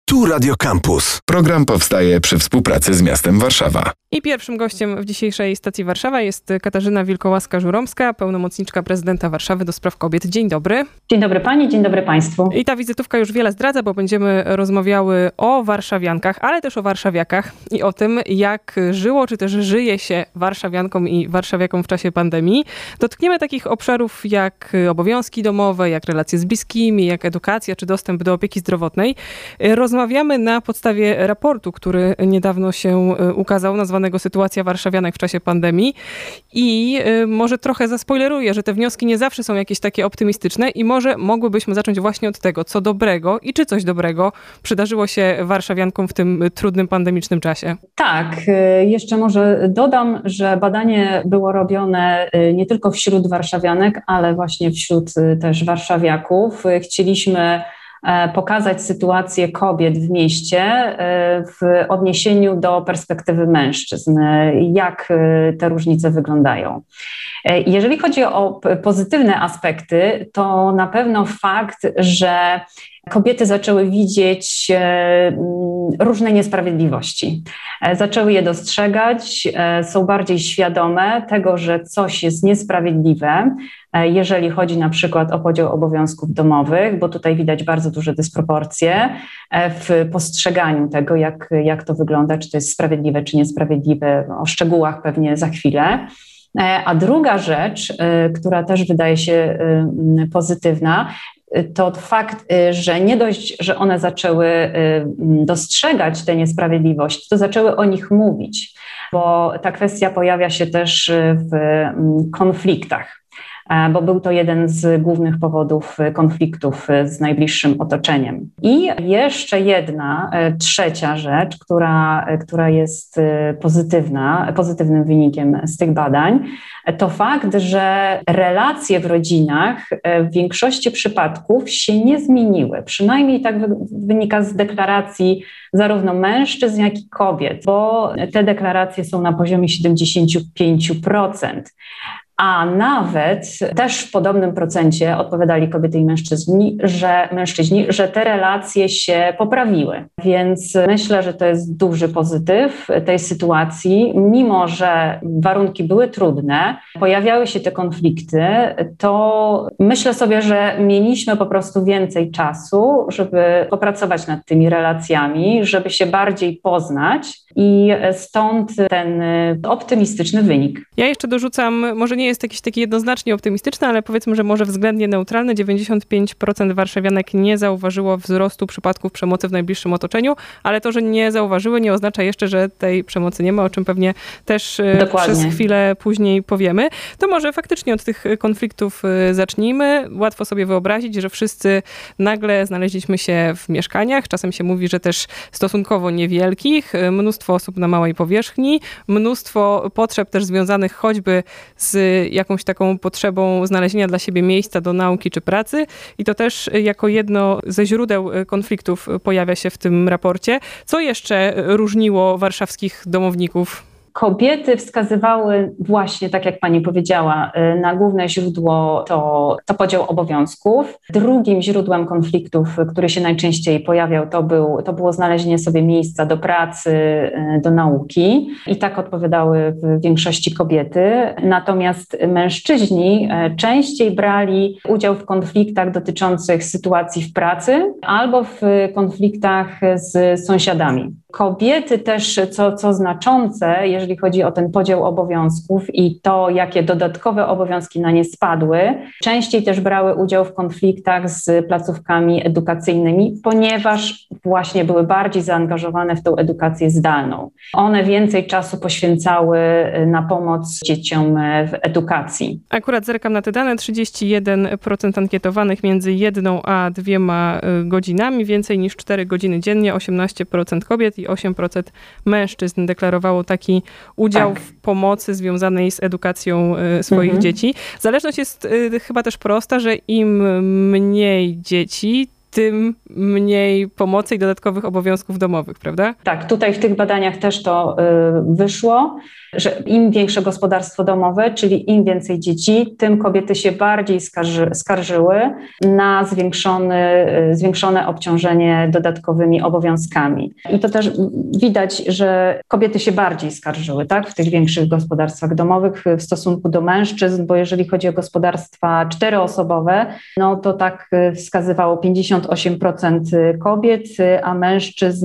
Tu Radio Campus. Program powstaje przy współpracy z miastem Warszawa. I pierwszym gościem w dzisiejszej stacji Warszawa jest Katarzyna Wilkołaska-Żuromska, pełnomocniczka prezydenta Warszawy do spraw kobiet. Dzień dobry. Dzień dobry pani, dzień dobry państwu. I ta wizytówka już wiele zdradza, bo będziemy rozmawiały o warszawiankach, ale też o warszawiakach i o tym, jak żyło, czy też żyje się warszawiankom i warszawiakom w czasie pandemii. Dotkniemy takich obszarów jak obowiązki domowe, jak relacje z bliskimi, jak edukacja, czy dostęp do opieki zdrowotnej. Rozmawiamy na podstawie raportu, który niedawno się ukazał, nazwanego Sytuacja warszawianek w czasie pandemii. I może trochę zaspoileruję, że te wnioski nie zawsze są jakieś takie optymistyczne i może mogłybyśmy zacząć właśnie od tego, co dobrego i czy coś dobrego przydarzyło się warszawiankom w tym trudnym pandemicznym czasie. Tak, jeszcze może dodam, że badanie było robione nie tylko wśród warszawianek, ale właśnie wśród też warszawiaków. Chcieliśmy pokazać sytuację kobiet w mieście w odniesieniu do perspektywy mężczyzn, jak te różnice wyglądają. Jeżeli chodzi o pozytywne aspekty, to na pewno fakt, że kobiety zaczęły widzieć różne niesprawiedliwości. Zaczęły je dostrzegać, są bardziej świadome tego, że coś jest niesprawiedliwe, jeżeli chodzi na przykład o podział obowiązków domowych, bo tutaj widać bardzo duże dysproporcje w postrzeganiu tego, jak to wygląda, czy to jest sprawiedliwe, czy niesprawiedliwe. O szczegółach pewnie za chwilę. A druga rzecz, która też wydaje się pozytywna, to fakt, że nie dość, że one zaczęły dostrzegać te niesprawiedliwości, to zaczęły o nich mówić, bo ta kwestia pojawia się też w konfliktach, bo był to jeden z głównych powodów konfliktów z najbliższym otoczeniem. I jeszcze jedna, trzecia rzecz, która jest pozytywnym wynikiem z tych badań, to fakt, że relacje w rodzinach w większości przypadków się nie zmieniły. Przynajmniej tak wynika z deklaracji zarówno mężczyzn, jak i kobiet, bo te deklaracje są na poziomie 75%. A nawet też w podobnym procencie odpowiadali kobiety i mężczyźni, że te relacje się poprawiły. Więc myślę, że to jest duży pozytyw tej sytuacji. Mimo że warunki były trudne, pojawiały się te konflikty, to myślę sobie, że mieliśmy po prostu więcej czasu, żeby popracować nad tymi relacjami, żeby się bardziej poznać i stąd ten optymistyczny wynik. Ja jeszcze dorzucam, może nie jest jakiś taki jednoznacznie optymistyczny, ale powiedzmy, że może względnie neutralny. 95% warszawianek nie zauważyło wzrostu przypadków przemocy w najbliższym otoczeniu, ale to, że nie zauważyły, nie oznacza jeszcze, że tej przemocy nie ma, o czym pewnie też Dokładnie. Przez chwilę później powiemy. To może faktycznie od tych konfliktów zacznijmy. Łatwo sobie wyobrazić, że wszyscy nagle znaleźliśmy się w mieszkaniach. Czasem się mówi, że też stosunkowo niewielkich. Mnóstwo osób na małej powierzchni, mnóstwo potrzeb też związanych choćby z jakąś taką potrzebą znalezienia dla siebie miejsca do nauki czy pracy. I to też jako jedno ze źródeł konfliktów pojawia się w tym raporcie. Co jeszcze różniło warszawskich domowników? Kobiety wskazywały właśnie, tak jak pani powiedziała, na główne źródło to podział obowiązków. Drugim źródłem konfliktów, który się najczęściej pojawiał, to było znalezienie sobie miejsca do pracy, do nauki. I tak odpowiadały w większości kobiety. Natomiast mężczyźni częściej brali udział w konfliktach dotyczących sytuacji w pracy albo w konfliktach z sąsiadami. Kobiety też, co znaczące, jeżeli chodzi o ten podział obowiązków i to, jakie dodatkowe obowiązki na nie spadły, częściej też brały udział w konfliktach z placówkami edukacyjnymi, ponieważ właśnie były bardziej zaangażowane w tą edukację zdalną. One więcej czasu poświęcały na pomoc dzieciom w edukacji. Akurat zerkam na te dane, 31% ankietowanych między 1 a 2 godzinami, więcej niż 4 godziny dziennie, 18% kobiet i 8% mężczyzn deklarowało taki udział w pomocy związanej z edukacją swoich dzieci. Zależność jest chyba też prosta, że im mniej dzieci, tym mniej pomocy i dodatkowych obowiązków domowych, prawda? Tak, tutaj w tych badaniach też to wyszło, że im większe gospodarstwo domowe, czyli im więcej dzieci, tym kobiety się bardziej skarżyły na zwiększone obciążenie dodatkowymi obowiązkami. I to też widać, że kobiety się bardziej skarżyły, tak, w tych większych gospodarstwach domowych w stosunku do mężczyzn, bo jeżeli chodzi o gospodarstwa 4-osobowe, no to tak wskazywało 58% kobiet, a mężczyzn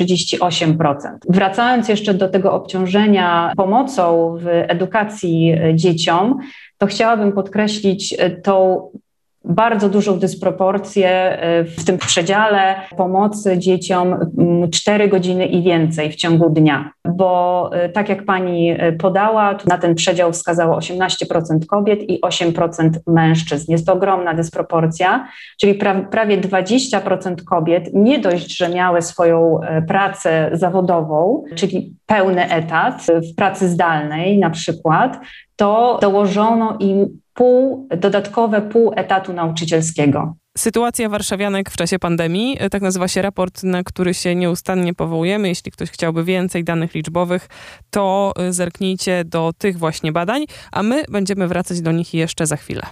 48%. Wracając jeszcze do tego obciążenia pomocą w edukacji dzieciom, to chciałabym podkreślić tą bardzo dużą dysproporcję w tym przedziale pomocy dzieciom 4 godziny i więcej w ciągu dnia, bo tak jak pani podała, na ten przedział wskazało 18% kobiet i 8% mężczyzn. Jest to ogromna dysproporcja, czyli prawie 20% kobiet nie dość, że miały swoją pracę zawodową, czyli pełny etat w pracy zdalnej na przykład, to dołożono im dodatkowe pół etatu nauczycielskiego. Sytuacja warszawianek w czasie pandemii, tak nazywa się raport, na który się nieustannie powołujemy. Jeśli ktoś chciałby więcej danych liczbowych, to zerknijcie do tych właśnie badań, a my będziemy wracać do nich jeszcze za chwilę.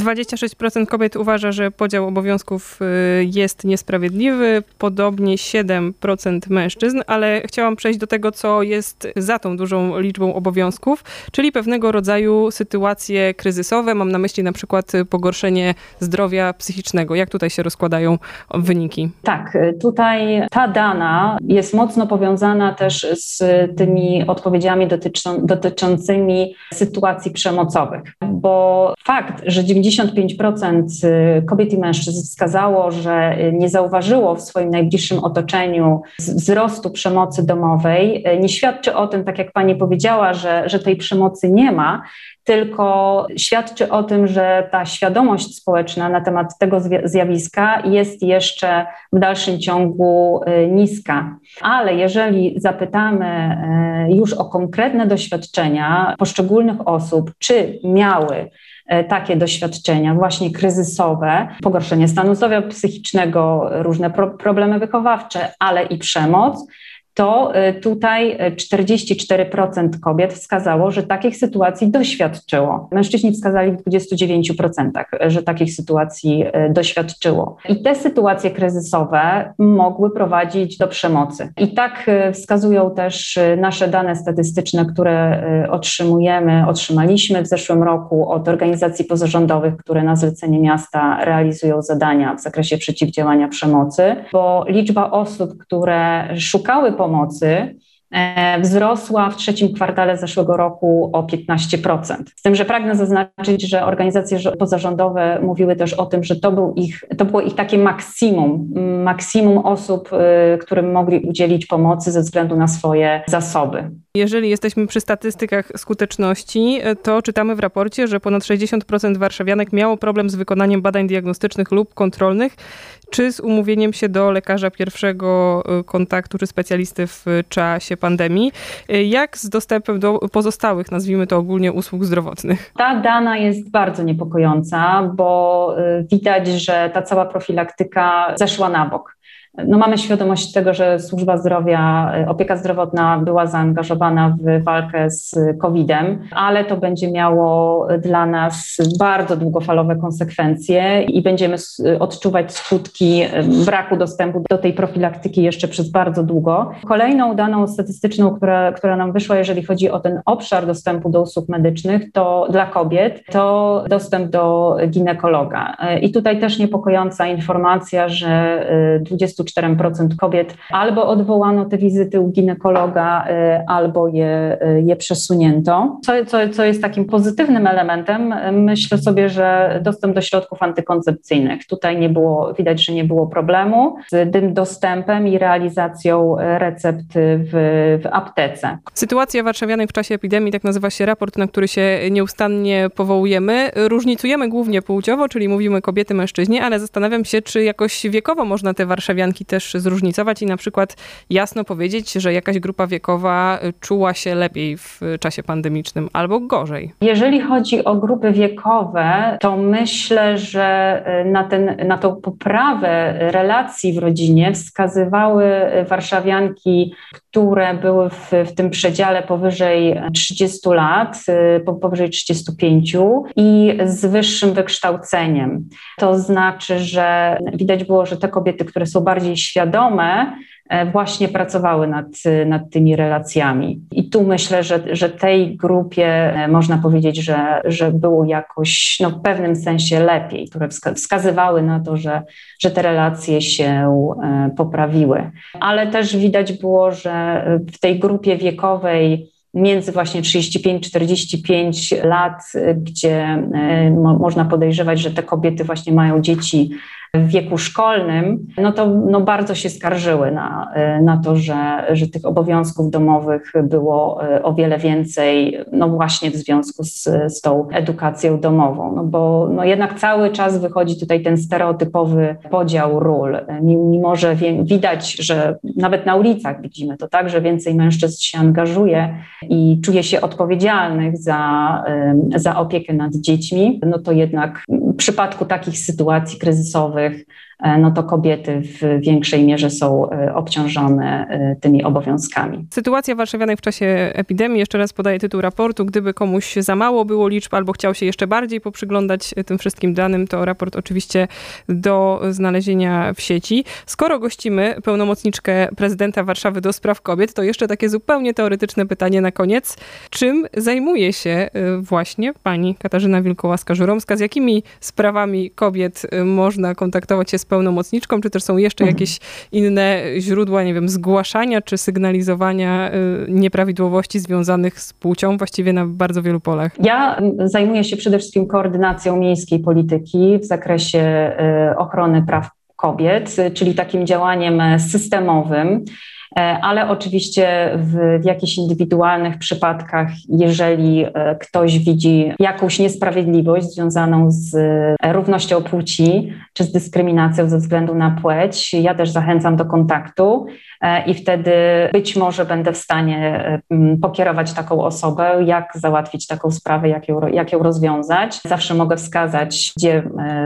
26% kobiet uważa, że podział obowiązków jest niesprawiedliwy, podobnie 7% mężczyzn, ale chciałam przejść do tego, co jest za tą dużą liczbą obowiązków, czyli pewnego rodzaju sytuacje kryzysowe. Mam na myśli na przykład pogorszenie zdrowia psychicznego. Jak tutaj się rozkładają wyniki? Tak, tutaj ta dana jest mocno powiązana też z tymi odpowiedziami dotyczącymi sytuacji przemocowych, bo fakt, że 95% kobiet i mężczyzn wskazało, że nie zauważyło w swoim najbliższym otoczeniu wzrostu przemocy domowej, nie świadczy o tym, tak jak pani powiedziała, że tej przemocy nie ma, tylko świadczy o tym, że ta świadomość społeczna na temat tego zjawiska jest jeszcze w dalszym ciągu niska. Ale jeżeli zapytamy już o konkretne doświadczenia poszczególnych osób, czy miały takie doświadczenia właśnie kryzysowe, pogorszenie stanu zdrowia psychicznego, różne problemy wychowawcze, ale i przemoc, to tutaj 44% kobiet wskazało, że takich sytuacji doświadczyło. Mężczyźni wskazali w 29%, że takich sytuacji doświadczyło. I te sytuacje kryzysowe mogły prowadzić do przemocy. I tak wskazują też nasze dane statystyczne, które otrzymaliśmy w zeszłym roku od organizacji pozarządowych, które na zlecenie miasta realizują zadania w zakresie przeciwdziałania przemocy, bo liczba osób, które szukały pomocy, wzrosła w trzecim kwartale zeszłego roku o 15%. Z tym, że pragnę zaznaczyć, że organizacje pozarządowe mówiły też o tym, że to było ich takie maksimum osób, którym mogli udzielić pomocy ze względu na swoje zasoby. Jeżeli jesteśmy przy statystykach skuteczności, to czytamy w raporcie, że ponad 60% warszawianek miało problem z wykonaniem badań diagnostycznych lub kontrolnych, czy z umówieniem się do lekarza pierwszego kontaktu, czy specjalisty w czasie pandemii. Jak z dostępem do pozostałych, nazwijmy to ogólnie, usług zdrowotnych? Ta dana jest bardzo niepokojąca, bo widać, że ta cała profilaktyka zeszła na bok. Mamy świadomość tego, że służba zdrowia, opieka zdrowotna była zaangażowana w walkę z COVID-em, ale to będzie miało dla nas bardzo długofalowe konsekwencje i będziemy odczuwać skutki braku dostępu do tej profilaktyki jeszcze przez bardzo długo. Kolejną daną statystyczną, która nam wyszła, jeżeli chodzi o ten obszar dostępu do usług medycznych, to dla kobiet, to dostęp do ginekologa. I tutaj też niepokojąca informacja, że 24% kobiet albo odwołano te wizyty u ginekologa, albo je przesunięto. Co jest takim pozytywnym elementem, myślę sobie, że dostęp do środków antykoncepcyjnych. Tutaj widać, że nie było problemu z tym dostępem i realizacją recept w aptece. Sytuacja warszawianek w czasie epidemii, tak nazywa się raport, na który się nieustannie powołujemy. Różnicujemy głównie płciowo, czyli mówimy kobiety, mężczyźni, ale zastanawiam się, czy jakoś wiekowo można te warszawianki warszawianki też zróżnicować i na przykład jasno powiedzieć, że jakaś grupa wiekowa czuła się lepiej w czasie pandemicznym albo gorzej? Jeżeli chodzi o grupy wiekowe, to myślę, że na tą poprawę relacji w rodzinie wskazywały warszawianki, które były w tym przedziale powyżej 30 lat, powyżej 35 i z wyższym wykształceniem. To znaczy, że widać było, że te kobiety, które są bardziej świadome, właśnie pracowały nad tymi relacjami. I tu myślę, że tej grupie można powiedzieć, że było jakoś w pewnym sensie lepiej, które wskazywały na to, że te relacje się poprawiły. Ale też widać było, że w tej grupie wiekowej między właśnie 35-45 lat, gdzie można podejrzewać, że te kobiety właśnie mają dzieci w wieku szkolnym, to bardzo się skarżyły na to, że tych obowiązków domowych było o wiele więcej, właśnie w związku z tą edukacją domową. Bo jednak cały czas wychodzi tutaj ten stereotypowy podział ról. Mimo że widać, że nawet na ulicach widzimy to tak, że więcej mężczyzn się angażuje i czuje się odpowiedzialnych za opiekę nad dziećmi, to jednak w przypadku takich sytuacji kryzysowych to kobiety w większej mierze są obciążone tymi obowiązkami. Sytuacja warszawianek w czasie epidemii, jeszcze raz podaję tytuł raportu, gdyby komuś za mało było liczb albo chciał się jeszcze bardziej poprzyglądać tym wszystkim danym, to raport oczywiście do znalezienia w sieci. Skoro gościmy pełnomocniczkę prezydenta Warszawy do spraw kobiet, to jeszcze takie zupełnie teoretyczne pytanie na koniec. Czym zajmuje się właśnie pani Katarzyna Wilkołaska-Żuromska? Z jakimi sprawami kobiet można kontaktować się z pełnomocniczką, czy też są jeszcze jakieś inne źródła, zgłaszania czy sygnalizowania nieprawidłowości związanych z płcią, właściwie na bardzo wielu polach? Ja zajmuję się przede wszystkim koordynacją miejskiej polityki w zakresie ochrony praw kobiet, czyli takim działaniem systemowym. Ale oczywiście w jakichś indywidualnych przypadkach, jeżeli ktoś widzi jakąś niesprawiedliwość związaną z równością płci czy z dyskryminacją ze względu na płeć, ja też zachęcam do kontaktu i wtedy być może będę w stanie pokierować taką osobę, jak załatwić taką sprawę, jak ją rozwiązać. Zawsze mogę wskazać, gdzie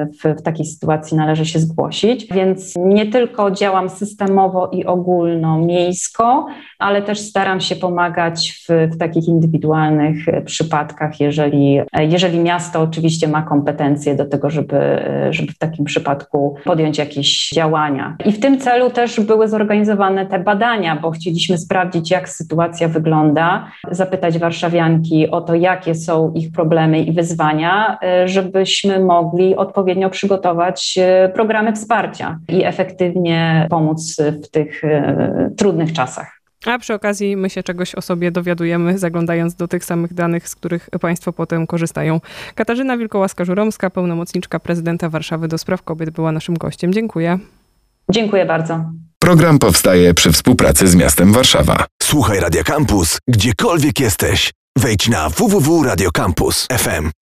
w takiej sytuacji należy się zgłosić, więc nie tylko działam systemowo i ogólnomiejsko, ale też staram się pomagać w takich indywidualnych przypadkach, jeżeli miasto oczywiście ma kompetencje do tego, żeby w takim przypadku podjąć jakieś działania. I w tym celu też były zorganizowane te badania, bo chcieliśmy sprawdzić, jak sytuacja wygląda, zapytać warszawianki o to, jakie są ich problemy i wyzwania, żebyśmy mogli odpowiednio przygotować programy wsparcia i efektywnie pomóc w tych trudnych czasach. A przy okazji my się czegoś o sobie dowiadujemy, zaglądając do tych samych danych, z których państwo potem korzystają. Katarzyna Wilkołaska-Żuromska, pełnomocniczka prezydenta Warszawy do spraw kobiet, była naszym gościem. Dziękuję. Dziękuję bardzo. Program powstaje przy współpracy z miastem Warszawa. Słuchaj Radia Campus, gdziekolwiek jesteś. Wejdź na www.radiocampus.fm.